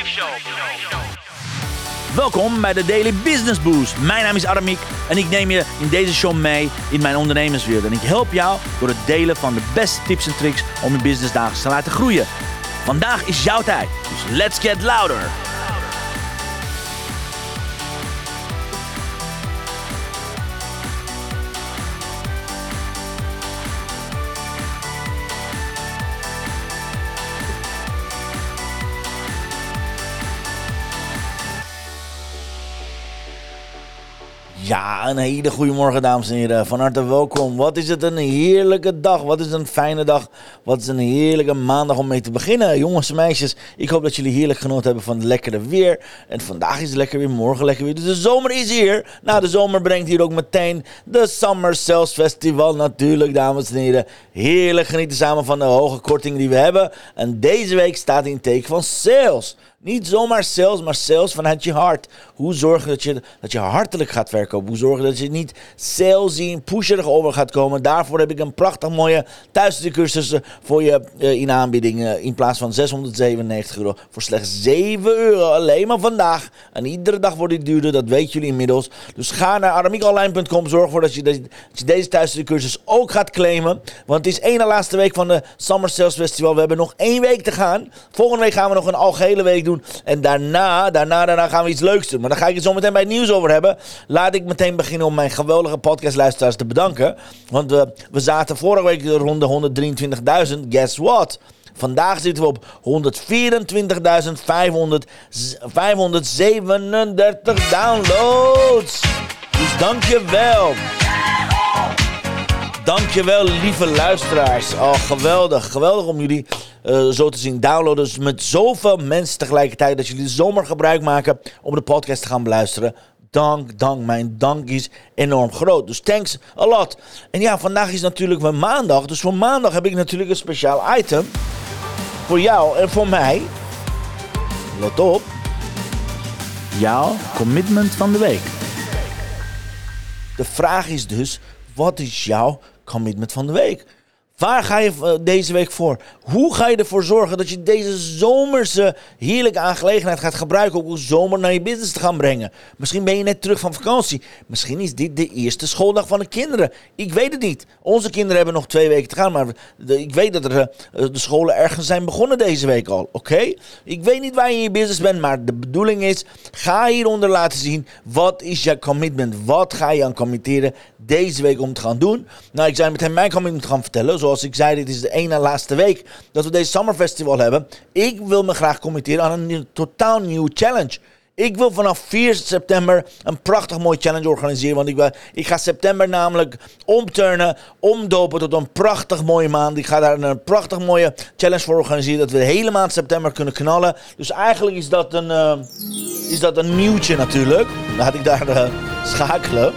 Welkom bij de Daily Business Boost. Mijn naam is Aramik en ik neem je in deze show mee in mijn ondernemerswereld. En ik help jou door het delen van de beste tips en tricks om je business dagelijks te laten groeien. Vandaag is jouw tijd, dus let's get louder. Ja, een hele goede morgen, dames en heren. Van harte welkom. Wat is het een heerlijke dag. Wat is een fijne dag. Wat is een heerlijke maandag om mee te beginnen. Jongens en meisjes, ik hoop dat jullie heerlijk genoten hebben van het lekkere weer. En vandaag is het lekker weer, morgen lekker weer. Dus de zomer is hier. Nou, de zomer brengt hier ook meteen de Summer Sales Festival natuurlijk, dames en heren. Heerlijk genieten samen van de hoge kortingen die we hebben. En deze week staat in teken van sales. Niet zomaar sales, maar sales vanuit je hart. Hoe zorgen dat je hartelijk gaat verkopen? Hoe zorgen dat je niet salesy en pusherig over gaat komen? Daarvoor heb ik een prachtig mooie thuiscursus voor je in aanbieding. In plaats van €697 voor slechts €7. Alleen maar vandaag. En iedere dag wordt het duurder, dat weten jullie inmiddels. Dus ga naar aramiekonline.com. Zorg ervoor dat je deze thuiscursus ook gaat claimen. Want het is één laatste week van de Summer Sales Festival. We hebben nog 1 week te gaan. Volgende week gaan we nog een algehele week doen. En daarna gaan we iets leuks doen. Maar daar ga ik het zo meteen bij het nieuws over hebben. Laat ik meteen beginnen om mijn geweldige podcastluisteraars te bedanken. Want we zaten vorige week rond de 123.000. Guess what? Vandaag zitten we op 124.537 downloads. Dus dankjewel. Dankjewel, lieve luisteraars. Oh, geweldig. Geweldig om jullie zo te zien downloaden. Dus met zoveel mensen tegelijkertijd dat jullie zomaar gebruik maken om de podcast te gaan beluisteren. Dank. Mijn dank is enorm groot. Dus thanks a lot. En ja, vandaag is natuurlijk weer maandag. Dus voor maandag heb ik natuurlijk een speciaal item. Voor jou en voor mij. Let op. Jouw commitment van de week. De vraag is dus, wat is jouw commitment van de week? Waar ga je deze week voor? Hoe ga je ervoor zorgen dat je deze zomerse heerlijke aangelegenheid gaat gebruiken om zomer naar je business te gaan brengen? Misschien ben je net terug van vakantie. Misschien is dit de eerste schooldag van de kinderen. Ik weet het niet. Onze kinderen hebben nog 2 weken te gaan, maar ik weet dat de scholen ergens zijn begonnen deze week al. Oké? Ik weet niet waar je in je business bent, maar de bedoeling is, ga hieronder laten zien, wat is je commitment? Wat ga je aan committeren deze week om te gaan doen? Nou, ik zou meteen mijn commitment gaan vertellen. Zoals ik zei, dit is de ene laatste week dat we deze Summer Festival hebben. Ik wil me graag committeren aan een totaal nieuwe challenge. Ik wil vanaf 4 september een prachtig mooi challenge organiseren. Want ik ga september namelijk omdopen tot een prachtig mooie maand. Ik ga daar een prachtig mooie challenge voor organiseren. Dat we de hele maand september kunnen knallen. Dus eigenlijk is dat een nieuwtje natuurlijk. Laat ik daar schakelen.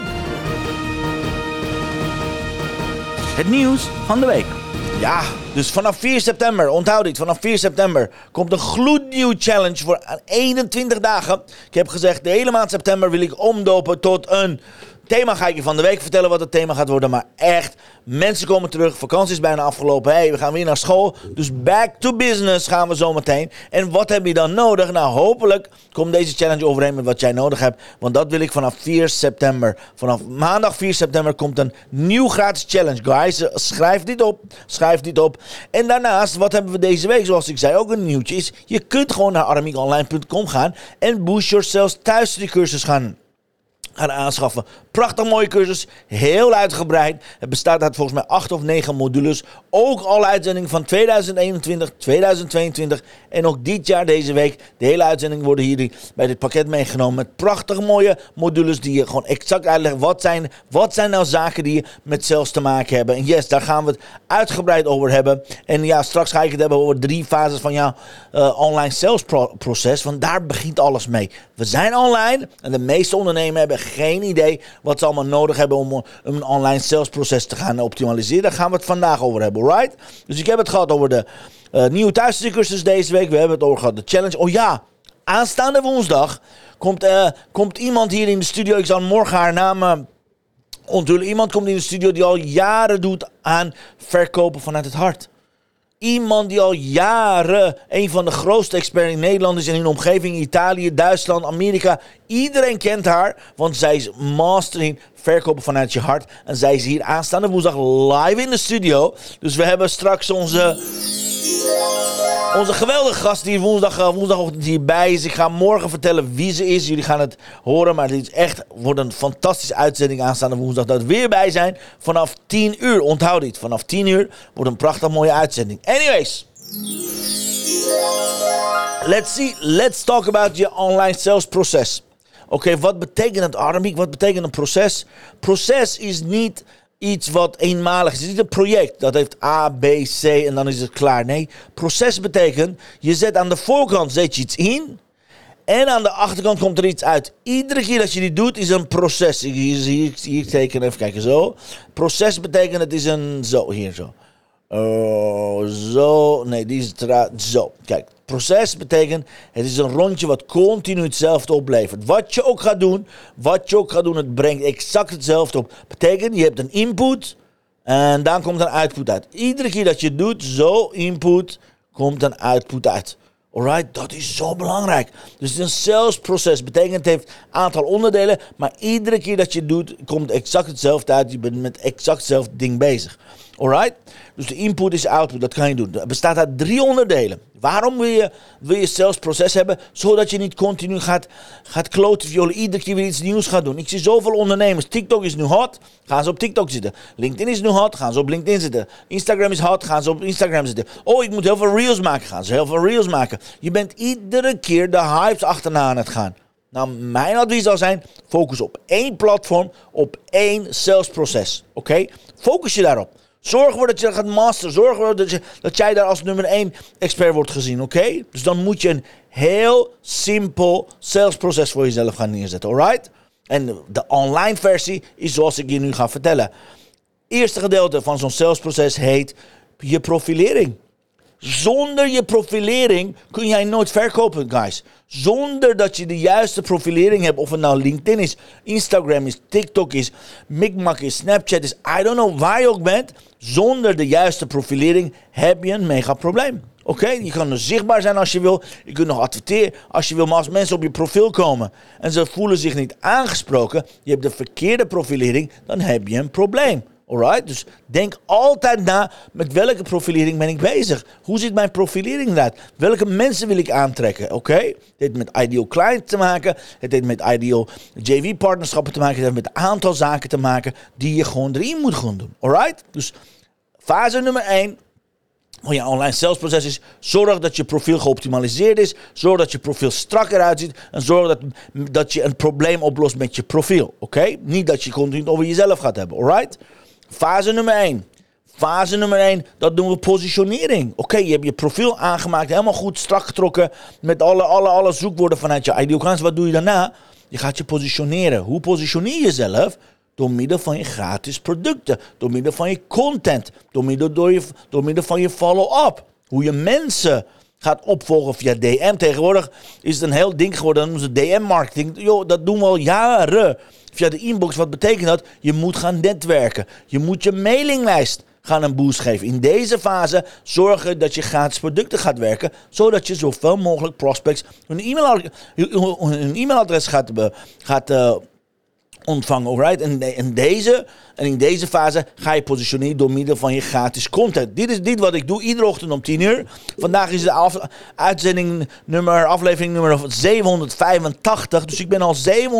Het nieuws van de week. Ja, dus vanaf 4 september, onthoud dit, vanaf 4 september komt een gloednieuw challenge voor 21 dagen. Ik heb gezegd, de hele maand september wil ik omdopen tot een thema. Ga ik je van de week vertellen wat het thema gaat worden. Maar echt, mensen komen terug, vakantie is bijna afgelopen. Hey, we gaan weer naar school. Dus back to business gaan we zo meteen. En wat heb je dan nodig? Nou, hopelijk komt deze challenge overeen met wat jij nodig hebt. Want dat wil ik vanaf 4 september. Vanaf maandag 4 september komt een nieuw gratis challenge. Guys, schrijf dit op. En daarnaast, wat hebben we deze week? Zoals ik zei, ook een nieuwtje is, je kunt gewoon naar aramiekonline.com gaan en Boost Your Sales thuis die cursus gaan aanschaffen. Prachtig mooie cursus, heel uitgebreid. Het bestaat uit volgens mij 8 of 9 modules. Ook alle uitzendingen van 2021, 2022 en ook dit jaar, deze week. De hele uitzendingen worden hier bij dit pakket meegenomen met prachtig mooie modules die je gewoon exact uitleggen. Wat zijn nou zaken die je met sales te maken hebben? En yes, daar gaan we het uitgebreid over hebben. En ja, straks ga ik het hebben over 3 fases van jouw online sales proces. Want daar begint alles mee. We zijn online en de meeste ondernemers hebben geen idee wat ze allemaal nodig hebben om een online salesproces te gaan optimaliseren. Daar gaan we het vandaag over hebben, right? Dus ik heb het gehad over de nieuwe thuiscursus deze week. We hebben het over gehad de challenge. Oh ja, aanstaande woensdag komt iemand hier in de studio. Ik zal morgen haar naam onthullen. Iemand komt in de studio die al jaren doet aan verkopen vanuit het hart. Iemand die al jaren een van de grootste experts in Nederland is en in de omgeving, Italië, Duitsland, Amerika. Iedereen kent haar, want zij is master in verkopen vanuit je hart. En zij is hier aanstaande woensdag live in de studio. Dus we hebben straks onze geweldige gast die woensdagochtend hierbij is. Ik ga morgen vertellen wie ze is. Jullie gaan het horen, maar het wordt een fantastische uitzending aanstaande woensdag. Dat we weer bij zijn vanaf 10 uur. Onthoud dit, vanaf 10 uur wordt een prachtig mooie uitzending. Anyways. Let's talk about je online sales proces. Oké, wat betekent het, Aramiek? Wat betekent een proces? Proces is niet iets wat eenmalig is. Het is niet een project. Dat heeft A, B, C en dan is het klaar. Nee, proces betekent, je zet aan de voorkant je iets in en aan de achterkant komt er iets uit. Iedere keer dat je dit doet is een proces. Hier tekenen, even kijken, zo. Proces betekent, het is een, zo, hier zo. Zo, nee, die is zo. Kijk, proces betekent, het is een rondje wat continu hetzelfde oplevert. Wat je ook gaat doen, het brengt exact hetzelfde op. Betekent, je hebt een input en dan komt een output uit. Iedere keer dat je doet, zo input, komt een output uit. Alright, dat is zo belangrijk. Dus het is een salesproces. Betekent, het heeft een aantal onderdelen, maar iedere keer dat je het doet, komt exact hetzelfde uit. Je bent met exact hetzelfde ding bezig. Alright? Dus de input is output, dat kan je doen. Het bestaat uit 3 onderdelen. Waarom wil je salesproces hebben? Zodat je niet continu gaat kloten violen, iedere keer weer iets nieuws gaat doen. Ik zie zoveel ondernemers. TikTok is nu hot, gaan ze op TikTok zitten. LinkedIn is nu hot, gaan ze op LinkedIn zitten. Instagram is hot, gaan ze op Instagram zitten. Oh, ik moet heel veel reels maken, gaan ze heel veel reels maken. Je bent iedere keer de hypes achterna aan het gaan. Nou, mijn advies zal zijn, focus op 1 platform, op 1 salesproces. Oké? Focus je daarop. Zorg ervoor dat je dat gaat masteren. Zorg ervoor dat jij daar als nummer 1 expert wordt gezien, oké? Dus dan moet je een heel simpel salesproces voor jezelf gaan neerzetten, alright? En de online versie is zoals ik je nu ga vertellen. Eerste gedeelte van zo'n salesproces heet je profilering. Zonder je profilering kun jij nooit verkopen, guys. Zonder dat je de juiste profilering hebt, of het nou LinkedIn is, Instagram is, TikTok is, Micmac is, Snapchat is, I don't know waar je ook bent. Zonder de juiste profilering heb je een mega probleem. Oké, je kan dus zichtbaar zijn als je wil. Je kunt nog adverteren als je wil. Maar als mensen op je profiel komen en ze voelen zich niet aangesproken, je hebt de verkeerde profilering, dan heb je een probleem. Alright, dus denk altijd na, met welke profilering ben ik bezig? Hoe ziet mijn profilering eruit? Welke mensen wil ik aantrekken? Oké? Het heeft met ideal client te maken. Het heeft met ideal JV-partnerschappen te maken. Het heeft met een aantal zaken te maken die je gewoon erin moet gaan doen. Alright? Dus fase nummer 1 van je online salesproces is, zorg dat je profiel geoptimaliseerd is. Zorg dat je profiel strak eruit ziet. En zorg dat je een probleem oplost met je profiel. Oké? Niet dat je continu over jezelf gaat hebben. Alright? Fase nummer 1. Fase nummer 1, dat doen we positionering. Oké, je hebt je profiel aangemaakt, helemaal goed strak getrokken met alle zoekwoorden vanuit je ideal clients. Wat doe je daarna? Je gaat je positioneren. Hoe positioneer je jezelf? Door middel van je gratis producten, door middel van je content, door middel van je follow-up. Hoe je mensen gaat opvolgen via DM. Tegenwoordig is het een heel ding geworden, dat noemen ze DM-marketing. Yo, dat doen we al jaren. Via de inbox, wat betekent dat? Je moet gaan netwerken. Je moet je mailinglijst gaan een boost geven. In deze fase zorgen dat je gratis producten gaat werken, zodat je zoveel mogelijk prospects hun e-mailadres gaat ontvangen, alright? En in deze fase ga je positioneren door middel van je gratis content. Dit is wat ik doe iedere ochtend om 10 uur. Vandaag is de aflevering nummer 785. Dus ik ben al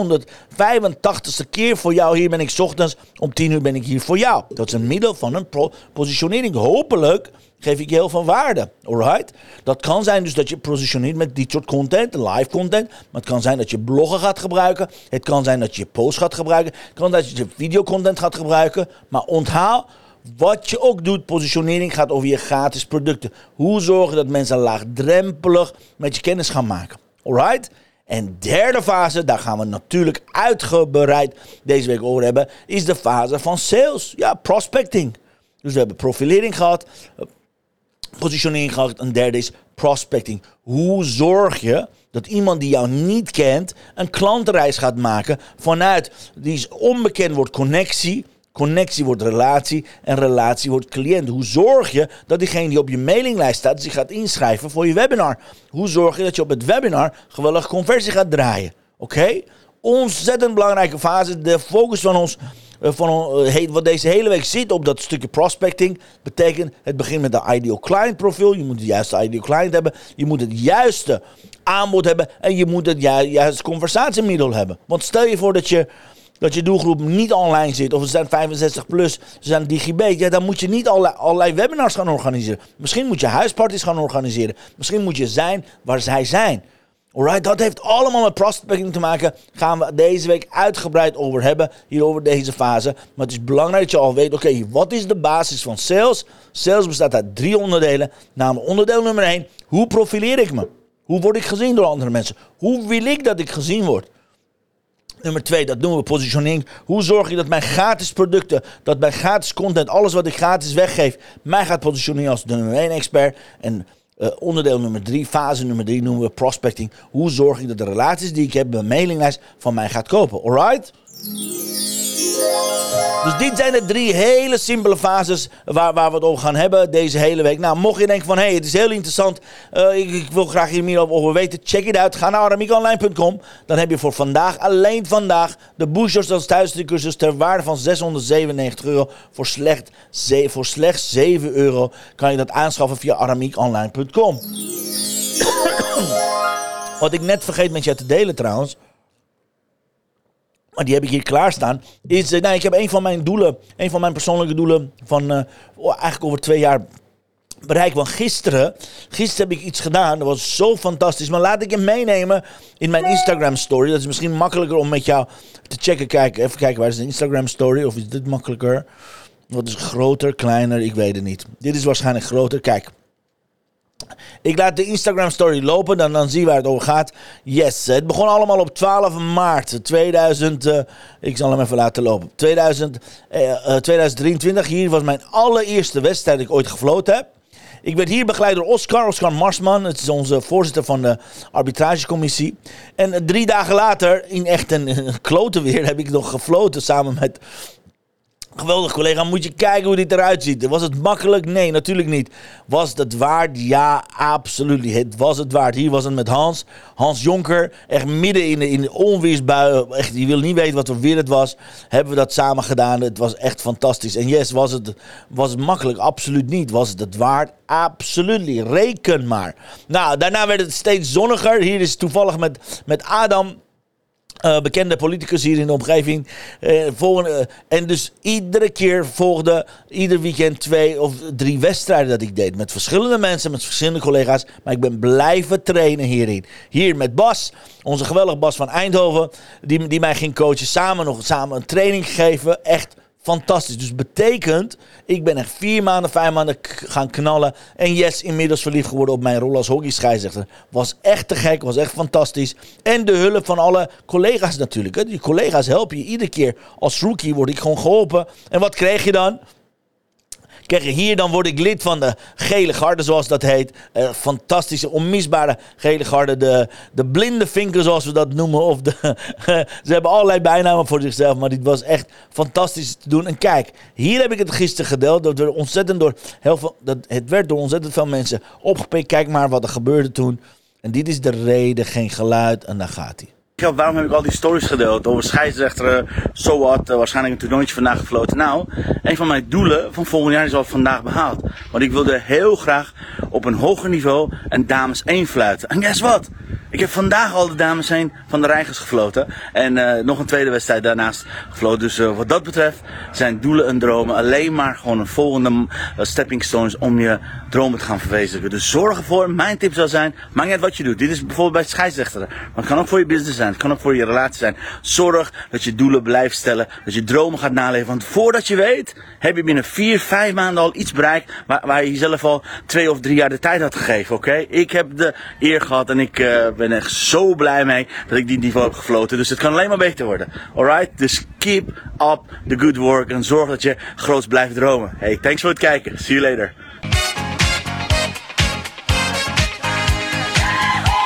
785ste keer voor jou. Hier ben ik 's ochtends om 10 uur ben ik hier voor jou. Dat is een middel van een positionering. Hopelijk geef ik je heel veel waarde, alright? Dat kan zijn dus dat je positioneert met dit soort content, live content. Maar het kan zijn dat je bloggen gaat gebruiken. Het kan zijn dat je posts gaat gebruiken. Het kan zijn dat je videocontent gaat gebruiken. Maar onthoud, wat je ook doet, positionering gaat over je gratis producten. Hoe zorgen dat mensen laagdrempelig met je kennis gaan maken, alright? En derde fase, daar gaan we natuurlijk uitgebreid deze week over hebben, is de fase van sales. Ja, prospecting. Dus we hebben profilering gehad, positionering gehad. En derde is prospecting. Hoe zorg je dat iemand die jou niet kent een klantenreis gaat maken vanuit die is onbekend wordt connectie Connectie wordt relatie en relatie wordt cliënt. Hoe zorg je dat diegene die op je mailinglijst staat zich gaat inschrijven voor je webinar? Hoe zorg je dat je op het webinar geweldige conversie gaat draaien? Oké? Ontzettend belangrijke fase. De focus van ons, wat deze hele week zit op dat stukje prospecting, betekent het begint met een ideal client profiel. Je moet de juiste ideal client hebben. Je moet het juiste aanbod hebben. En je moet het juiste conversatiemiddel hebben. Want stel je voor dat je doelgroep niet online zit, of ze zijn 65 plus, ze zijn digibet, ja, dan moet je niet allerlei webinars gaan organiseren. Misschien moet je huisparties gaan organiseren. Misschien moet je zijn waar zij zijn. Alright, dat heeft allemaal met prospecting te maken. Gaan we deze week uitgebreid over hebben, hier over deze fase. Maar het is belangrijk dat je al weet, oké, wat is de basis van sales? Sales bestaat uit 3 onderdelen. Namelijk onderdeel nummer 1, hoe profileer ik me? Hoe word ik gezien door andere mensen? Hoe wil ik dat ik gezien word? Nummer 2, dat noemen we positioning. Hoe zorg je dat mijn gratis producten, dat mijn gratis content, alles wat ik gratis weggeef, mij gaat positioneren als de nummer 1 expert? En onderdeel nummer 3, fase nummer 3 noemen we prospecting. Hoe zorg ik dat de relaties die ik heb bij mijn mailinglijst van mij gaat kopen? Alright? Dus dit zijn de 3 hele simpele fases waar we het over gaan hebben deze hele week. Nou, mocht je denken van, het is heel interessant, ik wil graag hier meer over weten, check it out. Ga naar aramiekonline.com. Dan heb je voor vandaag, alleen vandaag, de boosters als thuiscursus ter waarde van €697. Voor slechts €7 kan je dat aanschaffen via aramiekonline.com. Wat ik net vergeet met je te delen trouwens, maar die heb ik hier klaarstaan, is, ik heb een van mijn persoonlijke doelen van eigenlijk over 2 jaar bereikt. Want gisteren heb ik iets gedaan, dat was zo fantastisch. Maar laat ik je meenemen in mijn Instagram story. Dat is misschien makkelijker om met jou te checken. Even kijken, waar is de Instagram story? Of is dit makkelijker? Wat is groter, kleiner? Ik weet het niet. Dit is waarschijnlijk groter. Kijk. Ik laat de Instagram story lopen, dan zie je waar het over gaat. Yes, het begon allemaal op 12 maart 2000. Ik zal hem even laten lopen. 2023, hier was mijn allereerste wedstrijd die ik ooit gefloten heb. Ik werd hier begeleid door Oscar Marsman. Het is onze voorzitter van de arbitragecommissie. En 3 dagen later, in echt een klote weer, heb ik nog gefloten samen met geweldig collega. Moet je kijken hoe dit eruit ziet. Was het makkelijk? Nee, natuurlijk niet. Was het waard? Ja, absoluut. Het was het waard. Hier was het met Hans Jonker. Echt midden in de onweersbui. Echt, je wil niet weten wat voor weer het was. Hebben we dat samen gedaan. Het was echt fantastisch. En yes, was het makkelijk? Absoluut niet. Was het waard? Absoluut. Reken maar. Nou, daarna werd het steeds zonniger. Hier is het toevallig met Adam, bekende politicus hier in de omgeving. En dus iedere keer volgde ieder weekend 2 of 3 wedstrijden dat ik deed. Met verschillende mensen, met verschillende collega's. Maar ik ben blijven trainen hierin. Hier met Bas, onze geweldige Bas van Eindhoven. Die mij ging coachen. Samen een training gegeven. Echt fantastisch. Dus betekent, ik ben echt 4 maanden, 5 maanden gaan knallen. En yes, inmiddels verliefd geworden op mijn rol als hockeyscheidsrechter. Was echt te gek, was echt fantastisch. En de hulp van alle collega's natuurlijk. Hè. Die collega's helpen je iedere keer. Als rookie word ik gewoon geholpen. En wat kreeg je dan? Kijk, hier dan word ik lid van de gele garde, zoals dat heet. Fantastische, onmisbare gele garde. De blinde vinken, zoals we dat noemen. Of ze hebben allerlei bijnamen voor zichzelf. Maar dit was echt fantastisch te doen. En kijk, hier heb ik het gisteren gedeeld. Het werd door ontzettend veel mensen opgepikt. Kijk maar wat er gebeurde toen. En dit is de reden, geen geluid. En daar gaat hij. Waarom heb ik al die stories gedeeld over scheidsrechteren, waarschijnlijk een toernooitje vandaag gefloten. Nou, een van mijn doelen van volgend jaar is al vandaag behaald. Want ik wilde heel graag op een hoger niveau een dames 1 fluiten. En guess what? Ik heb vandaag al de dames 1 van de Reigers gefloten. En nog een tweede wedstrijd daarnaast gefloten. Dus wat dat betreft zijn doelen en dromen alleen maar gewoon een volgende stepping stones om je dromen te gaan verwezenlijken. Dus zorg ervoor, mijn tip zou zijn, maakt niet uit wat je doet. Dit is bijvoorbeeld bij scheidsrechteren. Maar het kan ook voor je business zijn, het kan ook voor je relatie zijn. Zorg dat je doelen blijft stellen, dat je dromen gaat naleven. Want voordat je weet, heb je binnen 4, 5 maanden al iets bereikt waar je jezelf al 2 of 3 jaar de tijd had gegeven. Oké? Ik heb de eer gehad en ik ben echt zo blij mee dat ik die niveau heb gefloten. Dus het kan alleen maar beter worden. Alright? Dus keep up the good work en zorg dat je groots blijft dromen. Hey, thanks voor het kijken. See you later. Ja,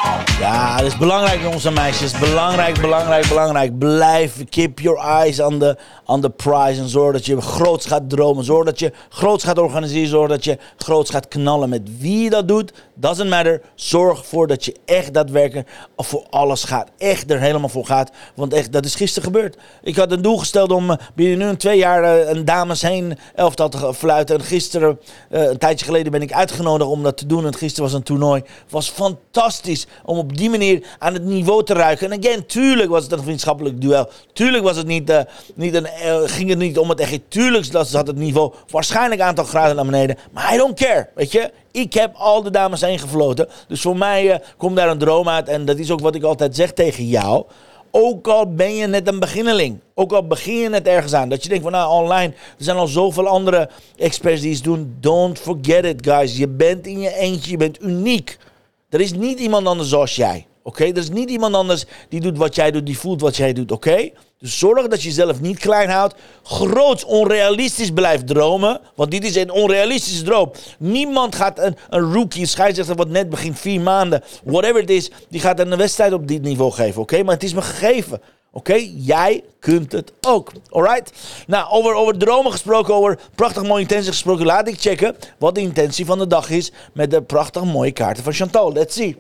Ja, dat is belangrijk, jongens en meisjes. Belangrijk. Blijf, keep your eyes on the prize. En zorg dat je groots gaat dromen. Zorg dat je groots gaat organiseren. Zorg dat je groots gaat knallen. Met wie je dat doet, doesn't matter. Zorg ervoor dat je echt daadwerkelijk voor alles gaat. Echt er helemaal voor gaat. Want echt, dat is gisteren gebeurd. Ik had een doel gesteld om binnen nu 2 jaar een dames heen elftal te fluiten. En gisteren, een tijdje geleden, ben ik uitgenodigd om dat te doen. En gisteren was een toernooi. Het was fantastisch om op die manier aan het niveau te ruiken. En again, tuurlijk was het een vriendschappelijk duel. Tuurlijk was het ging het niet om het echt. Tuurlijk zat het niveau waarschijnlijk een aantal graden naar beneden. Maar I don't care, weet je. Ik heb al de dames heen gefloten. Dus voor mij komt daar een droom uit. En dat is ook wat ik altijd zeg tegen jou. Ook al ben je net een beginneling. Ook al begin je net ergens aan. Dat je denkt van online. Er zijn al zoveel andere experts die iets doen. Don't forget it, guys. Je bent in je eentje. Je bent uniek. Er is niet iemand anders zoals jij. Oké? Er is niet iemand anders die doet wat jij doet. Die voelt wat jij doet. Oké? Dus zorg dat je jezelf niet klein houdt. Groots onrealistisch blijft dromen. Want dit is een onrealistische droom. Niemand gaat een rookie, een scheidsrechter wat net begint 4 maanden. Whatever it is. Die gaat een wedstrijd op dit niveau geven. Oké? Maar het is me gegeven. Oké? Jij kunt het ook. Alright? Nou, over dromen gesproken. Over prachtig mooie intentie gesproken. Laat ik checken wat de intentie van de dag is. Met de prachtig mooie kaarten van Chantal. Let's see.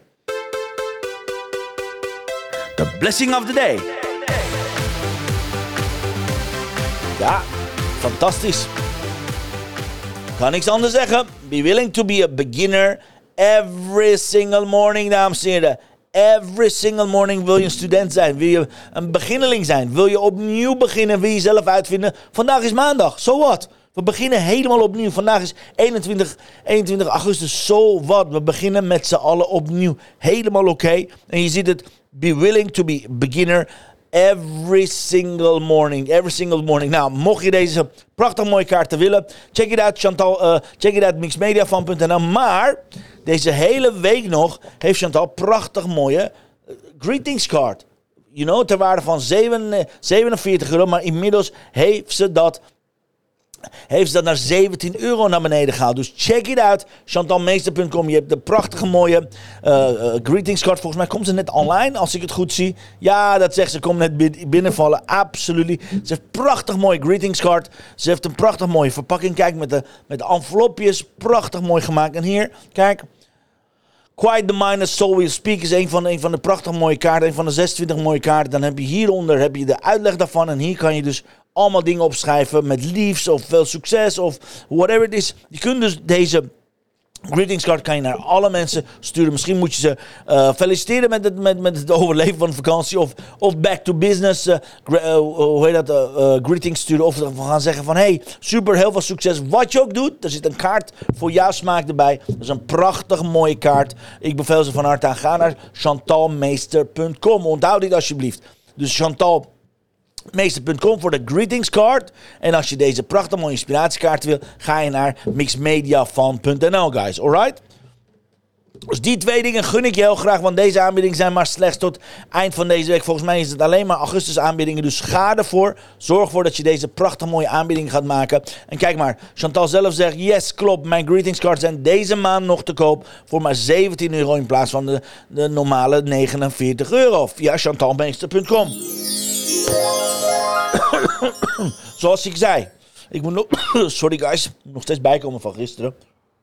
The blessing of the day. Ja, fantastisch. Kan niks anders zeggen. Be willing to be a beginner every single morning, dames en heren. Every single morning wil je een student zijn. Wil je een beginneling zijn. Wil je opnieuw beginnen. Wil je jezelf uitvinden. Vandaag is maandag. So what? We beginnen helemaal opnieuw. Vandaag is 21 augustus. So what? We beginnen met z'n allen opnieuw. Helemaal oké. En je ziet het. Be willing to be a beginner every single morning. Nou, mocht je deze prachtig mooie kaarten willen, check it out, Chantal. Check it out, mixmediafan.nl. Maar deze hele week nog heeft Chantal prachtig mooie greetingskaart. You know, ter waarde van €47. Maar inmiddels heeft ze dat naar €17 naar beneden gehaald. Dus check it out. chantalmeester.com. Je hebt de prachtige mooie greetingscard. Volgens mij komt ze net online, als ik het goed zie. Ja, dat zegt ze. Komt net binnenvallen. Absoluut. Ze heeft prachtig mooie greetingscard. Ze heeft een prachtig mooie verpakking. Kijk, met de envelopjes. Prachtig mooi gemaakt. En hier, kijk. Quiet the Mind as Soul Will Speak is een van de prachtig mooie kaarten. Een van de 26 mooie kaarten. Dan heb je hieronder de uitleg daarvan. En hier kan je dus allemaal dingen opschrijven met liefs of veel succes of whatever it is. Je kunt dus deze greetingscard kan je naar alle mensen sturen. Misschien moet je ze feliciteren met het overleven van de vakantie. Of back to business. Greetings sturen. Of we gaan zeggen van hey, super, heel veel succes. Wat je ook doet. Er zit een kaart voor jouw smaak erbij. Dat is een prachtig mooie kaart. Ik beveel ze van harte aan. Ga naar chantalmeester.com. Onthoud dit alsjeblieft. Dus chantalmeester.com voor de greetingscard. En als je deze prachtig mooie inspiratiekaart wil, ga je naar mixmediafan.nl, guys. Alright? Dus die 2 dingen gun ik je heel graag, want deze aanbiedingen zijn maar slechts tot eind van deze week. Volgens mij is het alleen maar augustus aanbiedingen, dus ga ervoor. Zorg ervoor dat je deze prachtig mooie aanbieding gaat maken. En kijk maar, Chantal zelf zegt, yes, klopt, mijn greetingscards zijn deze maand nog te koop voor maar €17 in plaats van de normale €49 via chantalmeester.com. Zoals ik zei, ik moet nog, sorry guys, ik moet nog steeds bijkomen van gisteren.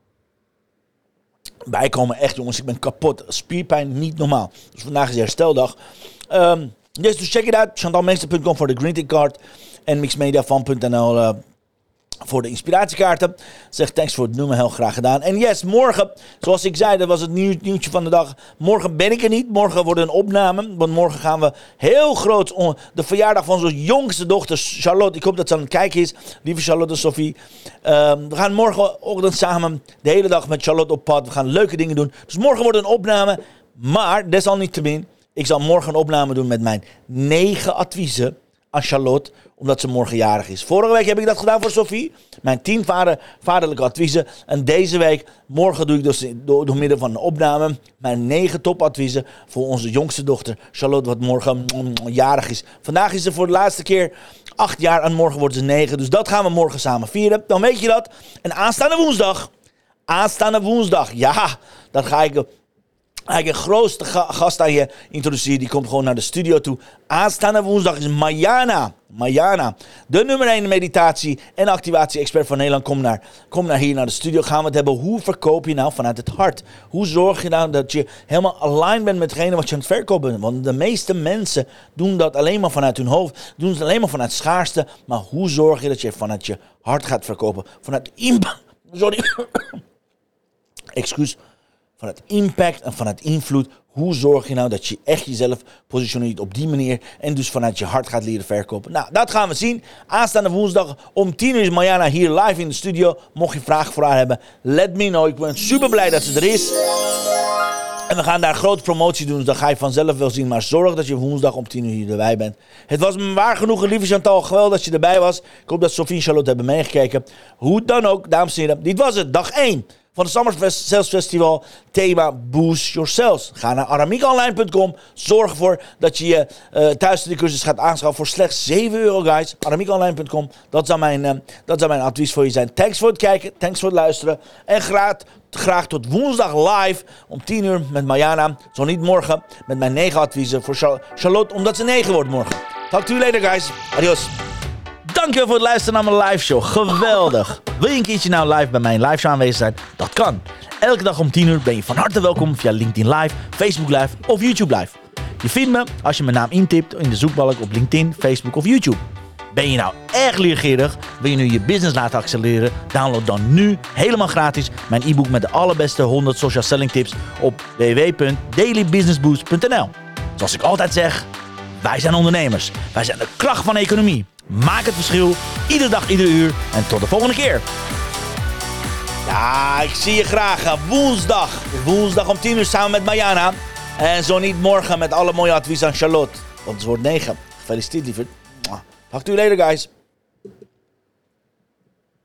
Bijkomen, echt jongens, ik ben kapot. Spierpijn, niet normaal. Dus vandaag is hersteldag. Dus check it out. chantalmeester.com voor de greeting card. En mixmediafan.nl voor de inspiratiekaarten. Zeg thanks voor het noemen, heel graag gedaan. En yes, morgen, zoals ik zei, dat was het nieuwtje van de dag. Morgen ben ik er niet. Morgen wordt een opname. Want morgen gaan we heel groot de verjaardag van onze jongste dochter Charlotte. Ik hoop dat ze aan het kijken is. Lieve Charlotte en Sophie. We gaan morgenochtend samen de hele dag met Charlotte op pad. We gaan leuke dingen doen. Dus morgen wordt een opname. Maar desalniettemin, ik zal morgen een opname doen met mijn 9 adviezen aan Charlotte, omdat ze morgen jarig is. Vorige week heb ik dat gedaan voor Sophie. Mijn 10 vaderlijke adviezen. En deze week, morgen doe ik dus door middel van een opname mijn 9 topadviezen voor onze jongste dochter Charlotte, wat morgen jarig is. Vandaag is ze voor de laatste keer 8 jaar en morgen wordt ze 9. Dus dat gaan we morgen samen vieren. Dan weet je dat. En aanstaande woensdag, ja, dan ga ik Eigenlijk een grootste gast aan je introduceren. Die komt gewoon naar de studio toe. Aanstaande woensdag is Mayana. De nummer 1 meditatie- en activatie-expert van Nederland. Kom naar hier naar de studio. Gaan we het hebben. Hoe verkoop je nou vanuit het hart? Hoe zorg je nou dat je helemaal aligned bent met hetgene wat je aan het verkopen bent? Want de meeste mensen doen dat alleen maar vanuit hun hoofd. Doen het alleen maar vanuit schaarste. Maar hoe zorg je dat je vanuit je hart gaat verkopen? Vanuit vanuit impact en vanuit invloed. Hoe zorg je nou dat je echt jezelf positioneert op die manier en dus vanuit je hart gaat leren verkopen? Nou, dat gaan we zien. Aanstaande woensdag om 10 uur is Mayana hier live in de studio. Mocht je vragen voor haar hebben, let me know. Ik ben super blij dat ze er is. En we gaan daar grote promotie doen, dus dat ga je vanzelf wel zien. Maar zorg dat je woensdag om 10 uur hier erbij bent. Het was me waar genoegen, lieve Chantal. Geweldig dat je erbij was. Ik hoop dat Sophie en Charlotte hebben meegekeken. Hoe dan ook, dames en heren. Dit was het, dag 1. Van het Summer Sales Festival, thema Boost Your Sales. Ga naar aramiekonline.com. Zorg ervoor dat je je thuisstudiecursus gaat aanschaffen voor slechts €7, guys. aramiekonline.com. Dat zou mijn advies voor je zijn. Thanks voor het kijken, thanks voor het luisteren. En graag tot woensdag live om 10 uur met Mayana. Zo niet morgen met mijn 9 adviezen voor Charlotte, omdat ze 9 wordt morgen. Talk to you later, guys. Adios. Dankjewel voor het luisteren naar mijn live show. Geweldig. Wil je een keertje nou live bij mijn live show aanwezig zijn? Dat kan. Elke dag om 10 uur ben je van harte welkom via LinkedIn Live, Facebook Live of YouTube Live. Je vindt me als je mijn naam intipt in de zoekbalk op LinkedIn, Facebook of YouTube. Ben je nou erg leergierig? Wil je nu je business laten accelereren? Download dan nu helemaal gratis mijn e-book met de allerbeste 100 social selling tips op www.dailybusinessboost.nl. Zoals ik altijd zeg, wij zijn ondernemers. Wij zijn de kracht van de economie. Maak het verschil, iedere dag, iedere uur. En tot de volgende keer. Ja, ik zie je graag. Woensdag om 10 uur samen met Mayana. En zo niet morgen met alle mooie advies aan Charlotte. Want het wordt 9. Gefeliciteerd, lieverd. Talk to you later, guys.